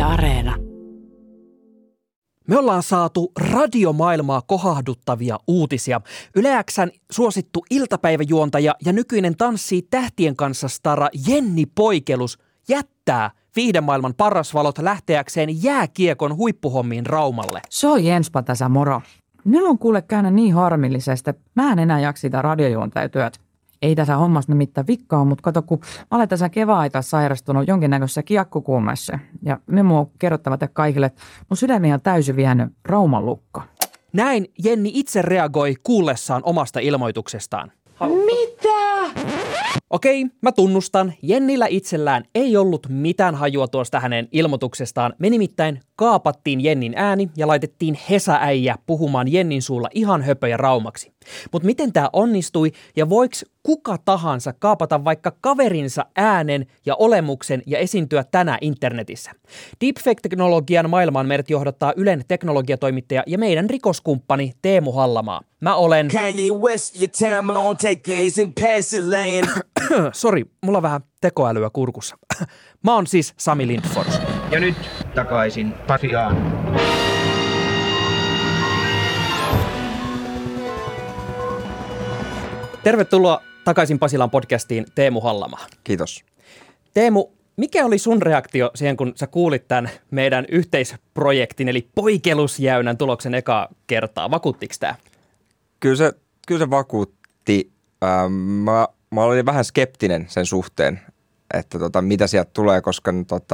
Areena. Me ollaan saatu radiomaailmaa kohahduttavia uutisia. Yle X:n suosittu iltapäiväjuontaja ja nykyinen Tanssii tähtien kanssa -stara Jenni Poikelus jättää viihdemaailman parasvalot lähteäkseen jääkiekon huippuhommiin Raumalle. Se on Jenspa tässä moro. Minulla on kuule käynyt niin harmillisesti, että mä en enää jaksa sitä radiojuontajatyötä. Ei tässä hommassa nimittäin vikkaa, mutta kato, kun mä olen tässä kevääaita sairastunut jonkinnäköisessä kiekkokuumessa. Ja me mun on kerrottava kaikille, että mun sydämi on täysin vienyt Rauman lukko. Näin Jenni itse reagoi kuullessaan omasta ilmoituksestaan. Mitä? Okei, mä tunnustan, Jennillä itsellään ei ollut mitään hajua tuosta hänen ilmoituksestaan. Me nimittäin kaapattiin Jennin ääni ja laitettiin Hesa-äijä puhumaan Jennin suulla ihan höpöjä raumaksi. Mutta miten tää onnistui ja voiks kuka tahansa kaapata vaikka kaverinsa äänen ja olemuksen ja esiintyä tänään internetissä? Deepfake-teknologian maailmaan meidät johdattaa Ylen teknologiatoimittaja ja meidän rikoskumppani Teemu Hallamaa. Mä olen... Kanye West, your time on take gaze and pass it land. Sori, mulla on vähän tekoälyä kurkussa. Mä oon siis Sami Lindfors. Ja nyt takaisin Pasiaan. Tervetuloa takaisin Pasilan podcastiin, Teemu Hallamaa. Kiitos. Teemu, mikä oli sun reaktio siihen, kun sä kuulit tämän meidän yhteisprojektin, eli Poikelusjäynän tuloksen ekaa kertaa? Vakuuttiko tää? Kyllä se vakuutti. Mä olin vähän skeptinen sen suhteen, että mitä sieltä tulee, koska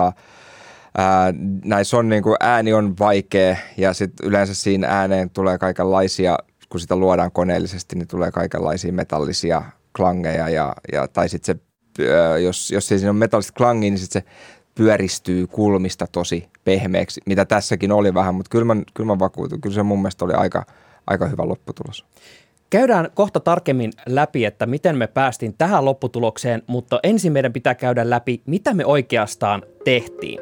näissä on niin kuin ääni on vaikea ja sitten yleensä siinä ääneen tulee kaikenlaisia, kun sitä luodaan koneellisesti, niin tulee kaikenlaisia metallisia klangeja tai sitten se, jos ei siinä ole metallista klangia, niin sitten se pyöristyy kulmista tosi pehmeäksi, mitä tässäkin oli vähän, mutta kyllä mä vakuutun. Kyllä se mun mielestä oli aika hyvä lopputulos. Käydään kohta tarkemmin läpi, että miten me päästiin tähän lopputulokseen, mutta ensin meidän pitää käydä läpi, mitä me oikeastaan tehtiin.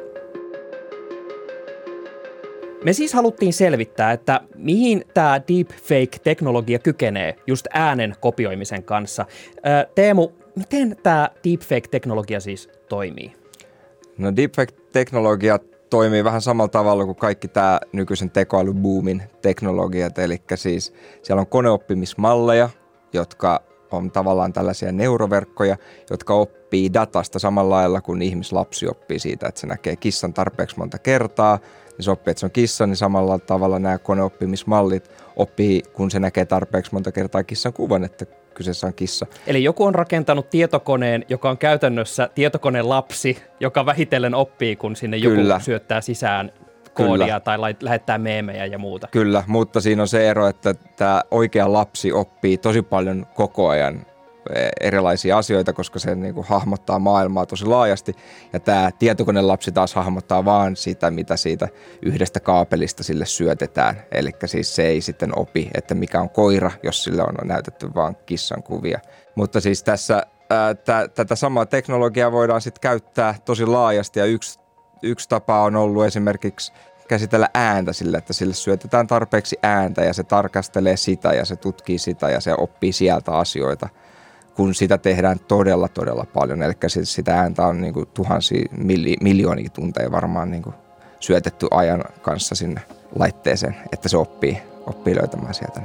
Me siis haluttiin selvittää, että mihin tämä deepfake-teknologia kykenee just äänen kopioimisen kanssa. Teemu, miten tämä deepfake-teknologia siis toimii? No deepfake-teknologia toimii vähän samalla tavalla kuin kaikki tämä nykyisen tekoälyboomin teknologiat, eli siis siellä on koneoppimismalleja, jotka on tavallaan tällaisia neuroverkkoja, jotka oppii datasta samalla lailla kuin ihmislapsi oppii siitä, että se näkee kissan tarpeeksi monta kertaa, niin se oppii, että se on kissa, niin samalla tavalla nämä koneoppimismallit oppii, kun se näkee tarpeeksi monta kertaa kissan kuvan, että kyseessä on kissa. Eli joku on rakentanut tietokoneen, joka on käytännössä tietokoneen lapsi, joka vähitellen oppii, kun sinne joku syöttää sisään koodia tai lähettää meemejä ja muuta. Kyllä, mutta siinä on se ero, että tämä oikea lapsi oppii tosi paljon koko ajan erilaisia asioita, koska se niin kuin hahmottaa maailmaa tosi laajasti. Ja tämä tietokonelapsi taas hahmottaa vaan sitä, mitä siitä yhdestä kaapelista sille syötetään. Eli siis se ei sitten opi, että mikä on koira, jos sille on näytetty vaan kissan kuvia. Mutta siis tässä tätä samaa teknologiaa voidaan sitten käyttää tosi laajasti ja yksi tapa on ollut esimerkiksi käsitellä ääntä sille, että sille syötetään tarpeeksi ääntä ja se tarkastelee sitä ja se tutkii sitä ja se oppii sieltä asioita, kun sitä tehdään todella, todella paljon. Eli sitä ääntä on niin kuin tuhansia, miljoonia tunteja varmaan niin kuin syötetty ajan kanssa sinne laitteeseen, että se oppii löytämään sieltä.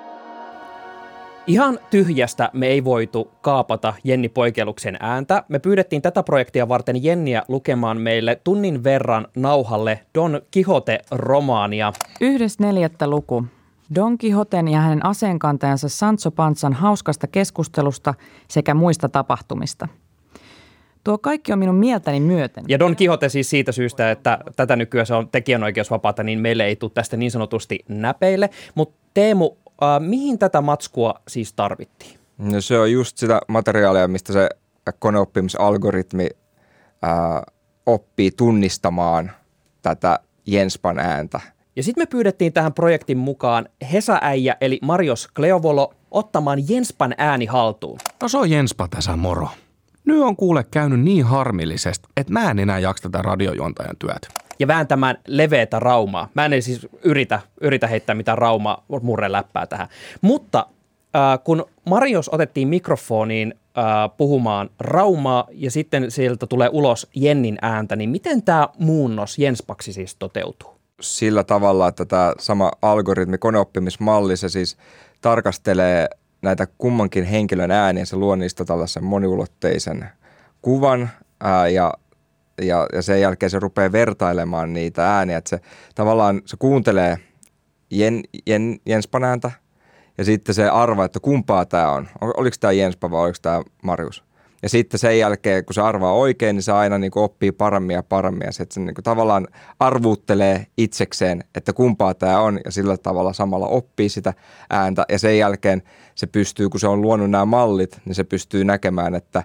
Ihan tyhjästä me ei voitu kaapata Jenni Poikeluksen ääntä. Me pyydettiin tätä projektia varten Jenniä lukemaan meille tunnin verran nauhalle Don Quixote-romaania. 1.4. luku. Don Quixoten ja hänen aseenkantajansa Sancho Panzan hauskasta keskustelusta sekä muista tapahtumista. Tuo kaikki on minun mieltäni myöten. Ja Don Quixote siis siitä syystä, että tätä nykyään se on tekijänoikeusvapaata, niin meille ei tule tästä niin sanotusti näpeille. Mutta Teemu, mihin tätä matskua siis tarvittiin? No se on just sitä materiaalia, mistä se koneoppimisalgoritmi oppii tunnistamaan tätä Jenspan ääntä. Ja sitten me pyydettiin tähän projektin mukaan Hesa-äijä eli Marios Kleovolo ottamaan Jenspan ääni haltuun. No se on Jenspa tässä moro. Nyt on kuule käynyt niin harmillisesti, että mä en enää jaksa tätä radiojuontajan työtä. Ja vääntämään leveätä raumaa. Mä en siis yritä heittää mitään murreläppää tähän. Mutta kun Marios otettiin mikrofoniin puhumaan Raumaa ja sitten sieltä tulee ulos Jennin ääntä, niin miten tämä muunnos Jenspaksi siis toteutuu? Sillä tavalla, että tämä sama algoritmi, koneoppimismalli, se siis tarkastelee näitä kummankin henkilön ääniä, se luo niistä tällaisen moniulotteisen kuvan ja sen jälkeen se rupeaa vertailemaan niitä ääniä, että se tavallaan se kuuntelee Jenspan ääntä ja sitten se arvaa, että kumpaa tämä on. Oliko tämä Jenspa vai oliko tämä Marius? Ja sitten sen jälkeen, kun se arvaa oikein, niin se aina niin kuin oppii paremmin ja paremmin. Ja se niin kuin tavallaan arvuuttelee itsekseen, että kumpaa tämä on ja sillä tavalla samalla oppii sitä ääntä. Ja sen jälkeen se pystyy, kun se on luonut nämä mallit, niin se pystyy näkemään, että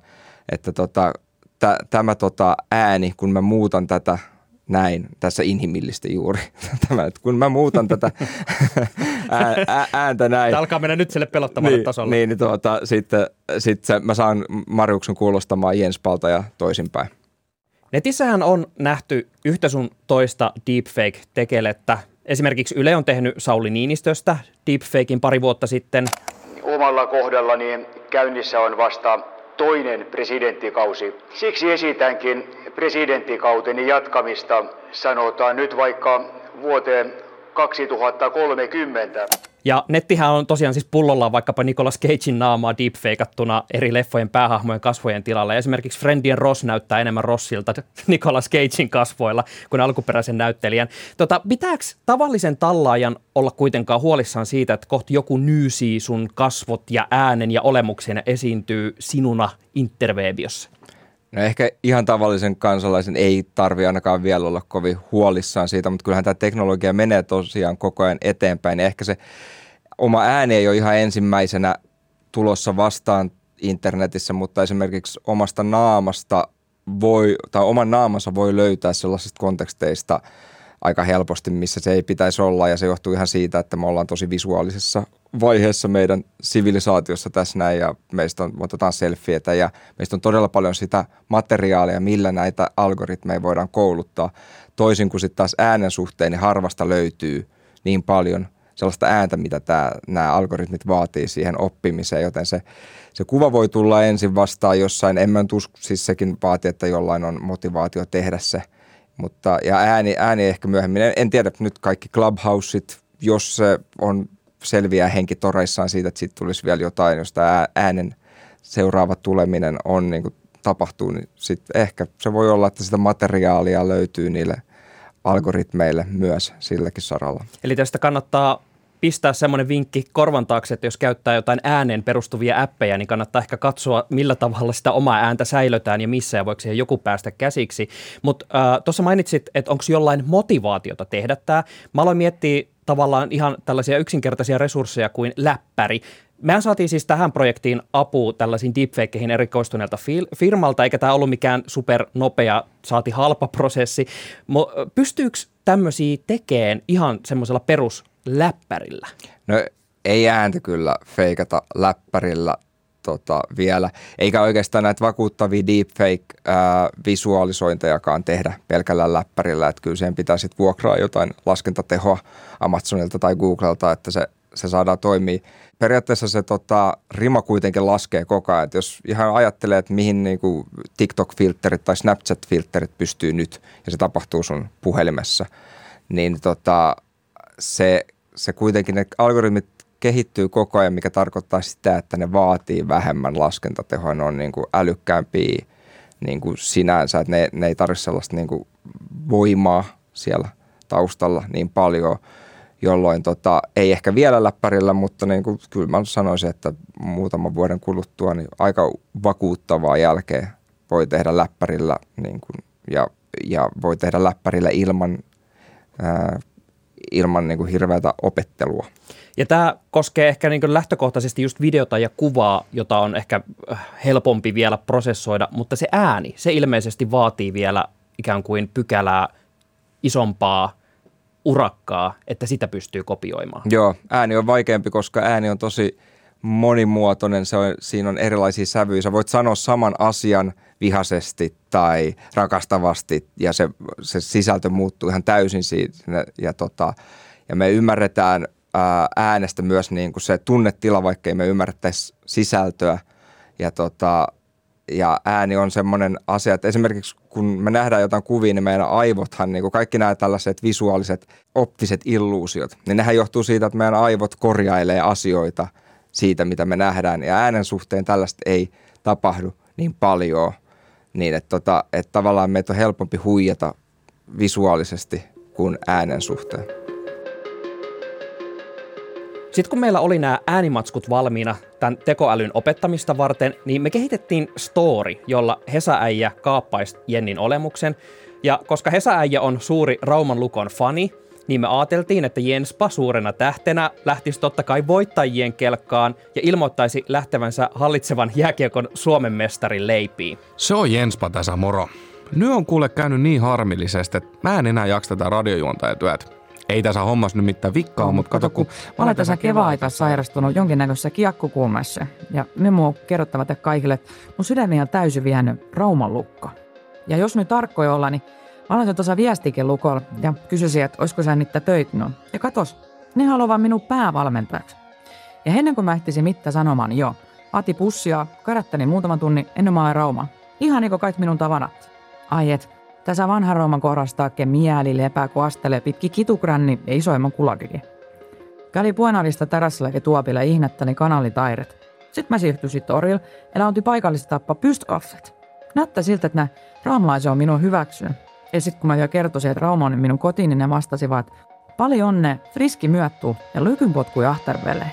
tämä ääni, kun mä muutan tätä näin, tässä inhimillisesti juuri, kun mä muutan tätä ääntä näin. Tämä alkaa mennä nyt sille pelottavalle tasolle. Sitten mä saan Mariuksen kuulostamaan Jenspalta ja toisinpäin. Netissähän on nähty yhtä sun toista deepfake-tekelettä. Esimerkiksi Yle on tehnyt Sauli Niinistöstä deepfakein pari vuotta sitten. Omalla kohdallani käynnissä on vasta toinen presidenttikausi. Siksi esitänkin presidenttikauteni jatkamista, sanotaan nyt vaikka vuoteen 2030. Ja nettihän on tosiaan siis pullollaan vaikkapa Nicolas Cagein naamaa deepfakeattuna eri leffojen päähahmojen kasvojen tilalla. Ja esimerkiksi Friendien Ross näyttää enemmän Rossilta Nicolas Cagein kasvoilla kuin alkuperäisen näyttelijän. Pitääkö tavallisen tallaajan olla kuitenkaan huolissaan siitä, että kohta joku nyysii sun kasvot ja äänen ja olemuksen ja esiintyy sinuna interwebiossa? No ehkä ihan tavallisen kansalaisen ei tarvitse ainakaan vielä olla kovin huolissaan siitä, mutta kyllähän tämä teknologia menee tosiaan koko ajan eteenpäin. Ja ehkä se oma ääni ei ole ihan ensimmäisenä tulossa vastaan internetissä, mutta esimerkiksi omasta naamasta oman naamansa voi löytää sellaisista konteksteista aika helposti, missä se ei pitäisi olla, ja se johtuu ihan siitä, että me ollaan tosi visuaalisessa vaiheessa meidän sivilisaatiossa tässä näin, ja otetaan selfieitä, ja meistä on todella paljon sitä materiaalia, millä näitä algoritmeja voidaan kouluttaa. Toisin kuin sitten taas äänen suhteen, niin harvasta löytyy niin paljon sellaista ääntä, mitä nämä algoritmit vaatii siihen oppimiseen, joten se kuva voi tulla ensin vastaan jossain, siis sekin vaatii, että jollain on motivaatio tehdä se. Mutta, ja ääni ehkä myöhemmin, en tiedä nyt kaikki Clubhouseit, jos se on selviää henki toreissaan siitä, että siitä tulisi vielä jotain, jos tämä äänen seuraava tuleminen on niin kuin tapahtuu, niin sitten ehkä se voi olla, että sitä materiaalia löytyy niille algoritmeille myös silläkin saralla. Eli tästä kannattaa pistää semmoinen vinkki korvan taakse, että jos käyttää jotain ääneen perustuvia appeja, niin kannattaa ehkä katsoa, millä tavalla sitä omaa ääntä säilötään ja missä, ja voiko siihen joku päästä käsiksi. Mutta tuossa mainitsit, että onko jollain motivaatiota tehdä tämä. Mä aloin miettiä tavallaan ihan tällaisia yksinkertaisia resursseja kuin läppäri. Mehän saatiin siis tähän projektiin apua tällaisiin deepfakeihin erikoistuneelta firmalta, eikä tämä ollut mikään supernopea, saati halpa prosessi. Pystyykö tämmöisiä tekemään ihan semmoisella perusläppärillä? No ei ääntä kyllä feikata läppärillä vielä, eikä oikeastaan näitä vakuuttavia deepfake-visualisointejakaan tehdä pelkällä läppärillä, että kyllä siihen pitää sitten vuokraa jotain laskentatehoa Amazonilta tai Googlelta, että se saadaan toimia. Periaatteessa se rima kuitenkin laskee koko ajan, että jos ihan ajattelee, että mihin niinku TikTok-filterit tai Snapchat-filterit pystyy nyt, ja se tapahtuu sun puhelimessa, niin se kuitenkin ne algoritmit kehittyy koko ajan, mikä tarkoittaa sitä, että ne vaatii vähemmän laskentatehoa, ne on niinku älykkäämpiä niinku sinänsä, että ne ei tarvitse sellaista niinku voimaa siellä taustalla niin paljon, jolloin ei ehkä vielä läppärillä, mutta niin kuin, kyllä mä sanoisin, että muutaman vuoden kuluttua niin aika vakuuttavaa jälkeä voi tehdä läppärillä niin kuin, ja voi tehdä läppärillä ilman niin kuin hirveätä opettelua. Ja tämä koskee ehkä niin kuin lähtökohtaisesti just videota ja kuvaa, jota on ehkä helpompi vielä prosessoida, mutta se ääni, se ilmeisesti vaatii vielä ikään kuin pykälää isompaa urakkaa, että sitä pystyy kopioimaan. Joo, ääni on vaikeampi, koska ääni on tosi monimuotoinen, siinä on erilaisia sävyjä. Sä voit sanoa saman asian vihaisesti tai rakastavasti ja se sisältö muuttuu ihan täysin siitä. Ja me ymmärretään äänestä myös niin kuin se tunnetila, vaikka ei me ymmärrettäisi sisältöä. Ja ääni on semmoinen asia, että esimerkiksi kun me nähdään jotain kuvia, niin meidän aivothan, niin kuin kaikki nämä tällaiset visuaaliset, optiset illuusiot, niin nehän johtuu siitä, että meidän aivot korjailee asioita siitä, mitä me nähdään. Ja äänen suhteen tällaista ei tapahdu niin paljon, niin että tavallaan meitä on helpompi huijata visuaalisesti kuin äänen suhteen. Sitten kun meillä oli nämä äänimatskut valmiina tämän tekoälyn opettamista varten, niin me kehitettiin story, jolla Hesa-äijä kaappaisi Jennin olemuksen. Ja koska Hesa-äijä on suuri Rauman Lukon fani, niin me ajateltiin, että Jenspa suurena tähtenä lähtisi totta kai voittajien kelkkaan ja ilmoittaisi lähtevänsä hallitsevan jääkiekon Suomen mestarin leipiin. Se on Jenspa tässä, moro. Nyt on kuule käynyt niin harmillisesti, että mä en enää jaksa tätä radiojuontajatyötä. Ei tässä hommassa nyt mitään vikkaa, mutta kato kun... Mä olen tässä keväällä sairastunut jonkinnäköisessä kiekkokuumeessa. Ja nyt mun on kerrottava teille kaikille, että mun sydämi on täysin vienyt Rauman Lukko. Ja jos nyt tarkkoja olla, niin mä aloitin tuossa viestiikin Lukolla ja kysyisin, että olisiko sä niitä töitä. No. Ja katos, ne haluaa minun päävalmentajaksi. Ja ennen kuin mä ehtisin mitään sanomaan, niin joo, Ati pussia, karattani muutaman tunnin ennen mä olen Raumaan. Ihan niin kuin kaikki minun tavarat. Ai et, tässä vanha Rauman kohdastaakin mieli lepää, kun astelee pitki kitukranni ja isoimman kulakikin. Käli puenalista terassillakin tuopilla ihnattani kanalitairet. Sitten mä siirtyin torille ja lautin paikallista tappaa pystkaffet. Näyttää siltä, että nämä raumalaisia on minun hyväksyä. Ja sitten kun mä jo kertoisin, että Rauma on minun kotiin, niin ne vastasivat, paljon onne, friski myöttuu ja lykynpotku Ahterveleen.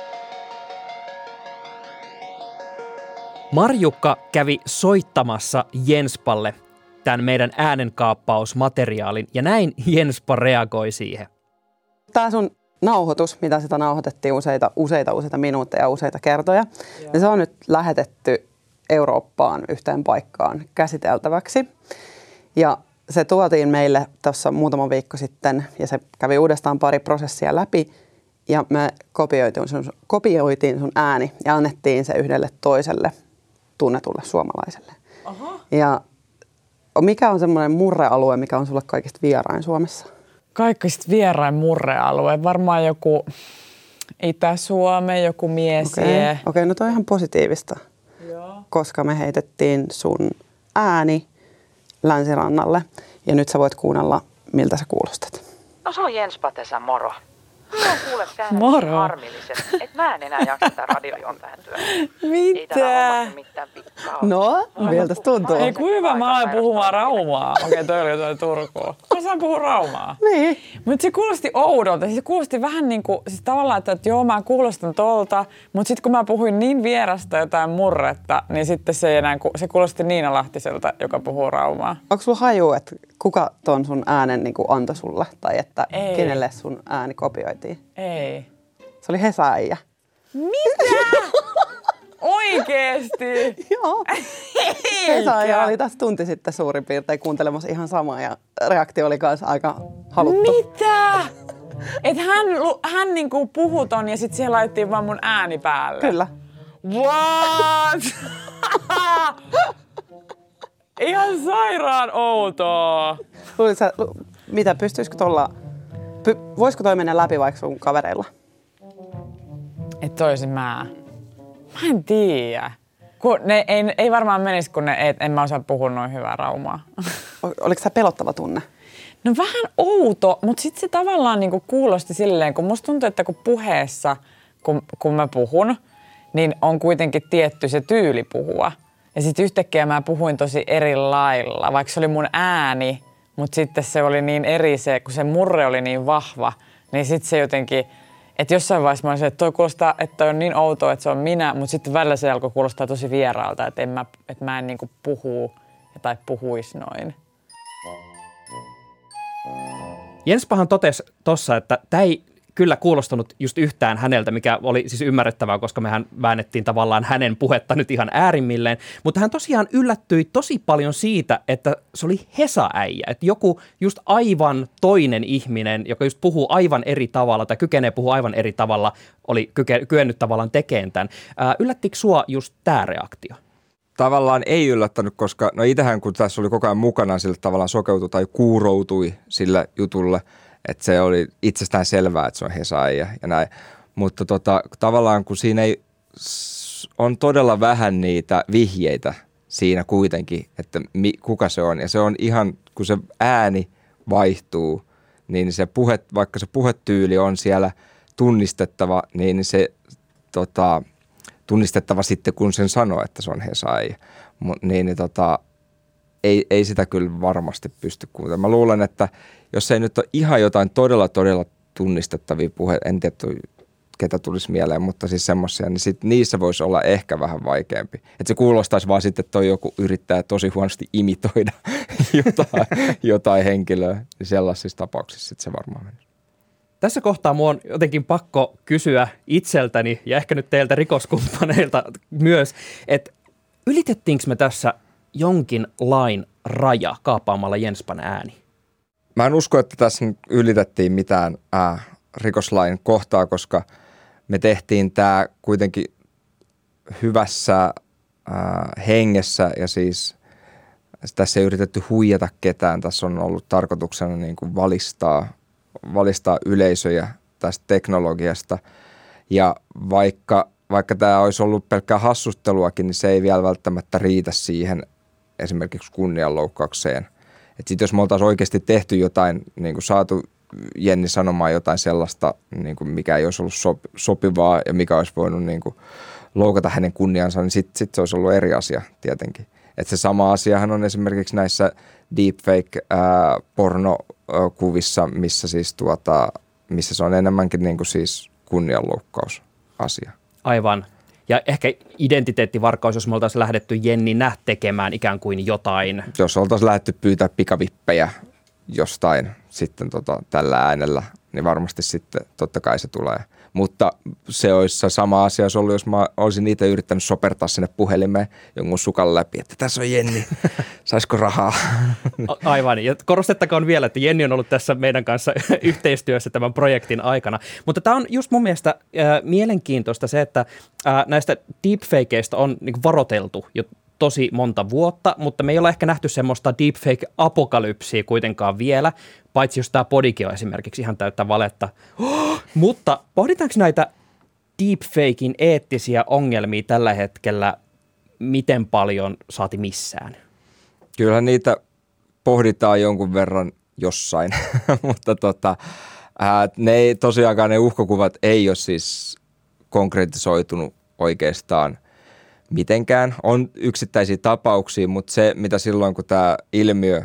Marjukka kävi soittamassa Jenspalle tämän meidän äänenkaappausmateriaalin ja näin Jenspa reagoi siihen. Tämä sun nauhoitus, mitä sitä nauhoitettiin useita minuutteja, useita kertoja, ja se on nyt lähetetty Eurooppaan yhteen paikkaan käsiteltäväksi. Ja se tuotiin meille tuossa muutama viikko sitten ja se kävi uudestaan pari prosessia läpi ja me kopioitiin sun ääni ja annettiin se yhdelle toiselle tunnetulle suomalaiselle. Aha. Ja mikä on semmoinen murrealue, mikä on sulle kaikista vierain Suomessa? Kaikista vierain murrealue, varmaan joku Itä-Suomi, joku Miesie. Okei, no toi on ihan positiivista, koska me heitettiin sun ääni Länsirannalle. Ja nyt sä voit kuunnella, miltä sä kuulostat. No se on Jenspa tässä, moro. Mä oon kuule käynyt harmillisesti, että mä en enää jaksa tätä radiojuontajan työtä. Mitä? Ei täällä hommassa mitään pikkaa. No, miltä tuntuu? Ei kuinka mä aloin puhumaan Raumaa. Okei, toi oli toi Turkuun. Mä saan puhua Raumaa. Niin. Mutta se kuulosti oudolta. Se kuulosti vähän niin kuin, siis tavallaan, että joo, mä kuulostan tolta. Mutta sitten kun mä puhuin niin vierasta jotain murretta, niin sitten se kuulosti Niina Lahtiselta, joka puhuu Raumaa. Onko sulla haju, että kuka ton sun äänen niin kuin antoi sulle? Tai että kenelle sun ääni kopioitiin? Ei. Se oli Hesa-äijä. Mitä? Oikeesti? Joo. Hesa-äijä oli tässä tunti sitten suurin piirtein kuuntelemassa ihan samaa ja reaktio oli kanssa aika haluttu. Mitä? Että hän niinku puhui ton ja sit siihen laitettiin vaan mun ääni päälle. Kyllä. What? Ihan sairaan outoa. Mitä, pystyisikö voisiko toi mennä läpi vaikka sun kavereilla? Että toisin mä. Mä en tiedä. Ei varmaan menisi, kun en mä osaa puhua noin hyvää Raumaa. Oliko se pelottava tunne? No vähän outo, mutta sitten se tavallaan niinku kuulosti silleen, kun musta tuntuu, että kun puheessa, kun mä puhun, niin on kuitenkin tietty se tyyli puhua. Ja sitten yhtäkkiä mä puhuin tosi eri lailla, vaikka se oli mun ääni, mutta sitten se oli niin eri se, kun se murre oli niin vahva, niin sitten se jotenkin, että jossain vaiheessa mä olisin, että toi kuulostaa, että toi on niin outoa, että se on minä, mutta sitten välillä se alkoi kuulostaa tosi vieraalta, että mä en niinku puhu tai puhuisi noin. Jenspahan totesi tossa, että tämä ei kyllä kuulostanut just yhtään häneltä, mikä oli siis ymmärrettävää, koska mehän väännettiin tavallaan hänen puhetta nyt ihan äärimmilleen. Mutta hän tosiaan yllättyi tosi paljon siitä, että se oli Hesa-äijä. Että joku just aivan toinen ihminen, joka just puhuu aivan eri tavalla tai kykenee puhua aivan eri tavalla, oli kyennyt tavallaan tekemään tämän. Yllättikö sua just tämä reaktio? Tavallaan ei yllättänyt, koska no itsehän kun tässä oli koko ajan mukana, sillä tavallaan sokeutui tai kuuroutui sille jutulle, Että se oli itsestään selvää, että se on Hesa-äijä ja näin. Mutta tavallaan kun siinä on todella vähän niitä vihjeitä siinä kuitenkin, että kuka se on. Ja se on ihan, kun se ääni vaihtuu, niin se vaikka se puhetyyli on siellä tunnistettava, niin se tunnistettava sitten, kun sen sanoo, että se on Hesa-äijä. Ei sitä kyllä varmasti pysty kuuntelemaan. Mä luulen, että jos ei nyt ole ihan jotain todella tunnistettavia puheita, en tiedä ketä tulisi mieleen, mutta siis semmoisia, niin sit niissä voisi olla ehkä vähän vaikeampi. Että se kuulostaisi vaan sitten, että toi joku yrittää tosi huonosti imitoida jotain henkilöä, niin sellaisissa tapauksissa sitten se varmaan menee. Tässä kohtaa mua on jotenkin pakko kysyä itseltäni ja ehkä nyt teiltä rikoskumppaneilta myös, että ylitettiinkö me tässä jonkin lain raja kaapaamalla Jenspan ääni? Mä en usko, että tässä nyt ylitettiin mitään rikoslain kohtaa, koska me tehtiin tämä kuitenkin hyvässä hengessä ja siis tässä ei yritetty huijata ketään. Tässä on ollut tarkoituksena niin kuin valistaa yleisöjä tästä teknologiasta ja vaikka tämä olisi ollut pelkkää hassusteluakin, niin se ei vielä välttämättä riitä siihen esimerkiksi kunnianloukkaukseen. Sitten jos me oltaisiin oikeasti tehty jotain, niin kuin saatu Jenni sanomaan jotain sellaista, niin kuin mikä ei olisi ollut sopivaa ja mikä olisi voinut niin kuin loukata hänen kunniansa, niin sitten se olisi ollut eri asia tietenkin. Että se sama asiahan on esimerkiksi näissä deepfake-pornokuvissa, missä siis missä se on enemmänkin niin kuin siis kunnianloukkausasia. Aivan. Ja ehkä identiteettivarkaus, jos me oltaisiin lähdetty Jenninä tekemään ikään kuin jotain. Jos oltaisiin lähdetty pyytää pikavippejä jostain sitten tällä äänellä, niin varmasti sitten totta kai se tulee. Mutta se olisi sama asia, jos ollut, jos mä olisin niitä yrittänyt sopertaa sinne puhelimeen jonkun sukan läpi, että tässä on Jenni, saisiko rahaa? Aivan, ja korostettakoon vielä, että Jenni on ollut tässä meidän kanssa yhteistyössä tämän projektin aikana. Mutta tämä on just mun mielestä mielenkiintoista se, että näistä deepfakeista on niin kuin varoteltu jo tosi monta vuotta, mutta me ei ole ehkä nähty semmoista deepfake-apokalypsiä kuitenkaan vielä, paitsi jos tämä podikin on esimerkiksi ihan täyttä valetta. Mutta pohditaanko näitä deepfakein eettisiä ongelmia tällä hetkellä miten paljon saati missään? Kyllähän niitä pohditaan jonkun verran jossain, mutta ne uhkakuvat ei ole siis konkretisoitunut oikeastaan mitenkään. On yksittäisiä tapauksia, mutta se, mitä silloin, kun tämä ilmiö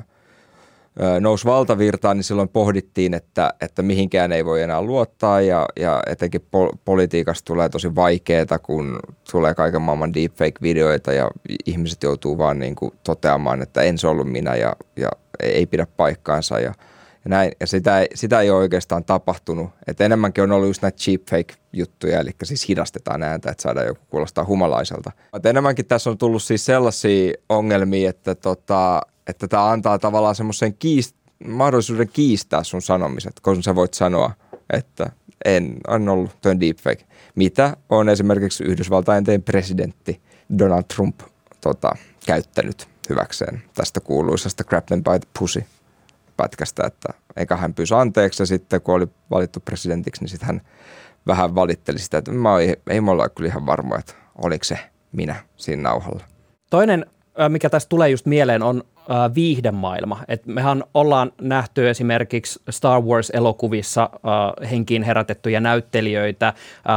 nousi valtavirtaan, niin silloin pohdittiin, että mihinkään ei voi enää luottaa ja etenkin politiikasta tulee tosi vaikeaa, kun tulee kaiken maailman deepfake-videoita ja ihmiset joutuu vaan niin kuin toteamaan, että en se ollut minä ja ei pidä paikkaansa ja näin. Ja sitä ei ole oikeastaan tapahtunut. Että enemmänkin on ollut just näitä cheapfake-juttuja, eli siis hidastetaan ääntä, että saadaan joku kuulostaa humalaiselta. Mutta enemmänkin tässä on tullut siis sellaisia ongelmia, että tämä antaa tavallaan semmoisen mahdollisuuden kiistää sun sanomiset, kun sä voit sanoa, että en ollut tuon deepfake. Mitä on esimerkiksi Yhdysvaltain presidentti Donald Trump käyttänyt hyväkseen tästä kuuluisasta Grab them by the pussy pätkästä, että eikä hän pyysi anteeksi ja sitten kun oli valittu presidentiksi, niin sitten hän vähän valitteli sitä, että ei me olla kyllä ihan varmoja, että oliko se minä siinä nauhalla. Toinen, mikä tässä tulee just mieleen, on viihdemaailma. Et mehän ollaan nähty esimerkiksi Star Wars-elokuvissa henkiin herätettyjä näyttelijöitä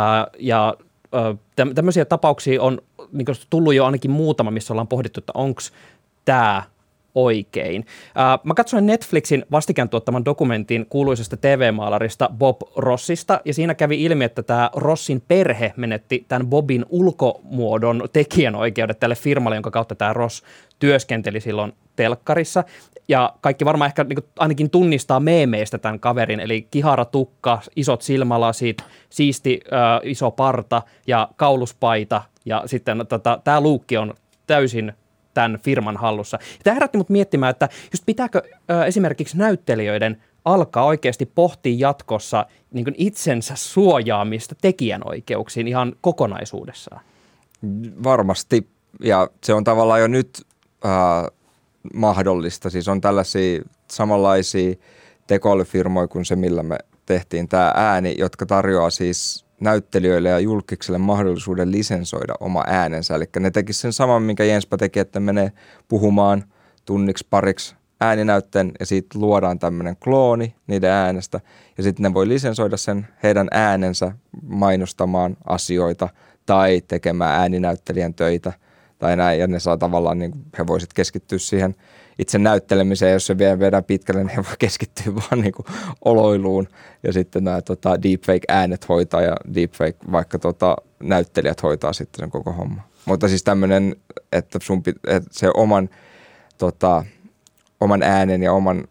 ja tämmöisiä tapauksia on niin tullut jo ainakin muutama, missä ollaan pohdittu, että onko tämä oikein. Mä katsoin Netflixin vastikään tuottaman dokumentin kuuluisesta TV-maalarista Bob Rossista, ja siinä kävi ilmi, että tämä Rossin perhe menetti tämän Bobin ulkomuodon tekijänoikeudet tälle firmalle, jonka kautta tämä Ross työskenteli silloin telkkarissa. Ja kaikki varmaan ehkä niin ainakin tunnistaa meemeistä tämän kaverin, eli kihara tukka, isot silmälasit, siisti iso parta ja kauluspaita, ja sitten tämä luukki on täysin tämän firman hallussa. Tämä herätti mut miettimään, että just pitääkö esimerkiksi näyttelijöiden alkaa oikeasti pohtia jatkossa niin kuin itsensä suojaamista tekijänoikeuksiin ihan kokonaisuudessaan? Varmasti, ja se on tavallaan jo nyt mahdollista. Siis on tällaisia samanlaisia tekoälyfirmoja kuin se, millä me tehtiin tämä ääni, jotka tarjoaa siis näyttelijöille ja julkikselle mahdollisuuden lisensoida oma äänensä. Eli ne tekisivät sen saman, minkä Jenspa teki, että menee puhumaan tunniksi pariksi ääninäytteen ja siitä luodaan tämmöinen klooni niiden äänestä. Ja sitten ne voi lisensoida sen heidän äänensä mainostamaan asioita tai tekemään ääninäyttelijän töitä tai näin. Ja ne saa tavallaan, niin he voisivat keskittyä siihen itse näyttelemiseen, jos se viedään pitkälle, niin he voi keskittyä vaan niin kuin oloiluun. Ja sitten nämä deepfake-äänet hoitaa ja deepfake vaikka näyttelijät hoitaa sitten sen koko homma. Mutta siis tämmöinen, että se oman äänen ja oman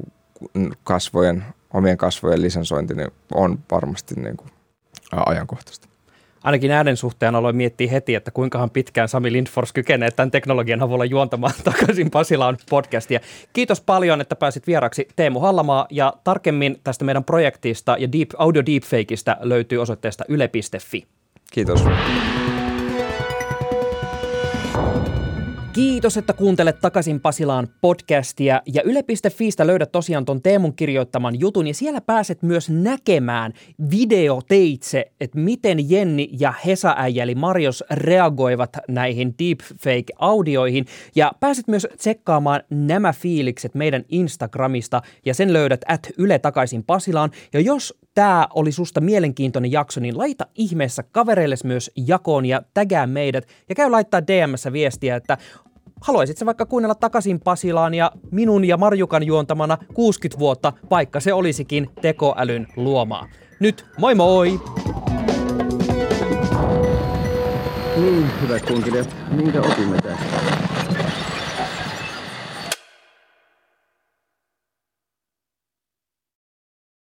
omien kasvojen lisensointi niin on varmasti niin kuin ajankohtaista. Ainakin äänen suhteen aloin miettiä heti, että kuinkahan pitkään Sami Lindfors kykenee tämän teknologian avulla juontamaan takaisin Pasilaan podcastia. Kiitos paljon, että pääsit vieraksi Teemu Hallamaa, ja tarkemmin tästä meidän projektista ja audio deepfakeista löytyy osoitteesta yle.fi. Kiitos. Kiitos, että kuuntelet Takaisin Pasilaan podcastia, ja yle.fiistä löydät tosiaan ton Teemun kirjoittaman jutun, ja siellä pääset myös näkemään videoteitse, että miten Jenni ja Hesa-äijä eli Marios reagoivat näihin deepfake-audioihin, ja pääset myös tsekkaamaan nämä fiilikset meidän Instagramista, ja sen löydät @Yle Takaisin Pasilaan, ja jos tämä oli susta mielenkiintoinen jakso, niin laita ihmeessä kavereilles myös jakoon ja tägää meidät, ja käy laittaa DM:ssä viestiä, että haluaisit sä vaikka kuunnella Takaisin Pasilaan ja minun ja Marjukan juontamana 60 vuotta, vaikka se olisikin tekoälyn luomaa. Nyt moi moi! Niin, hyvät kuuntelijat, minkä opimme tästä?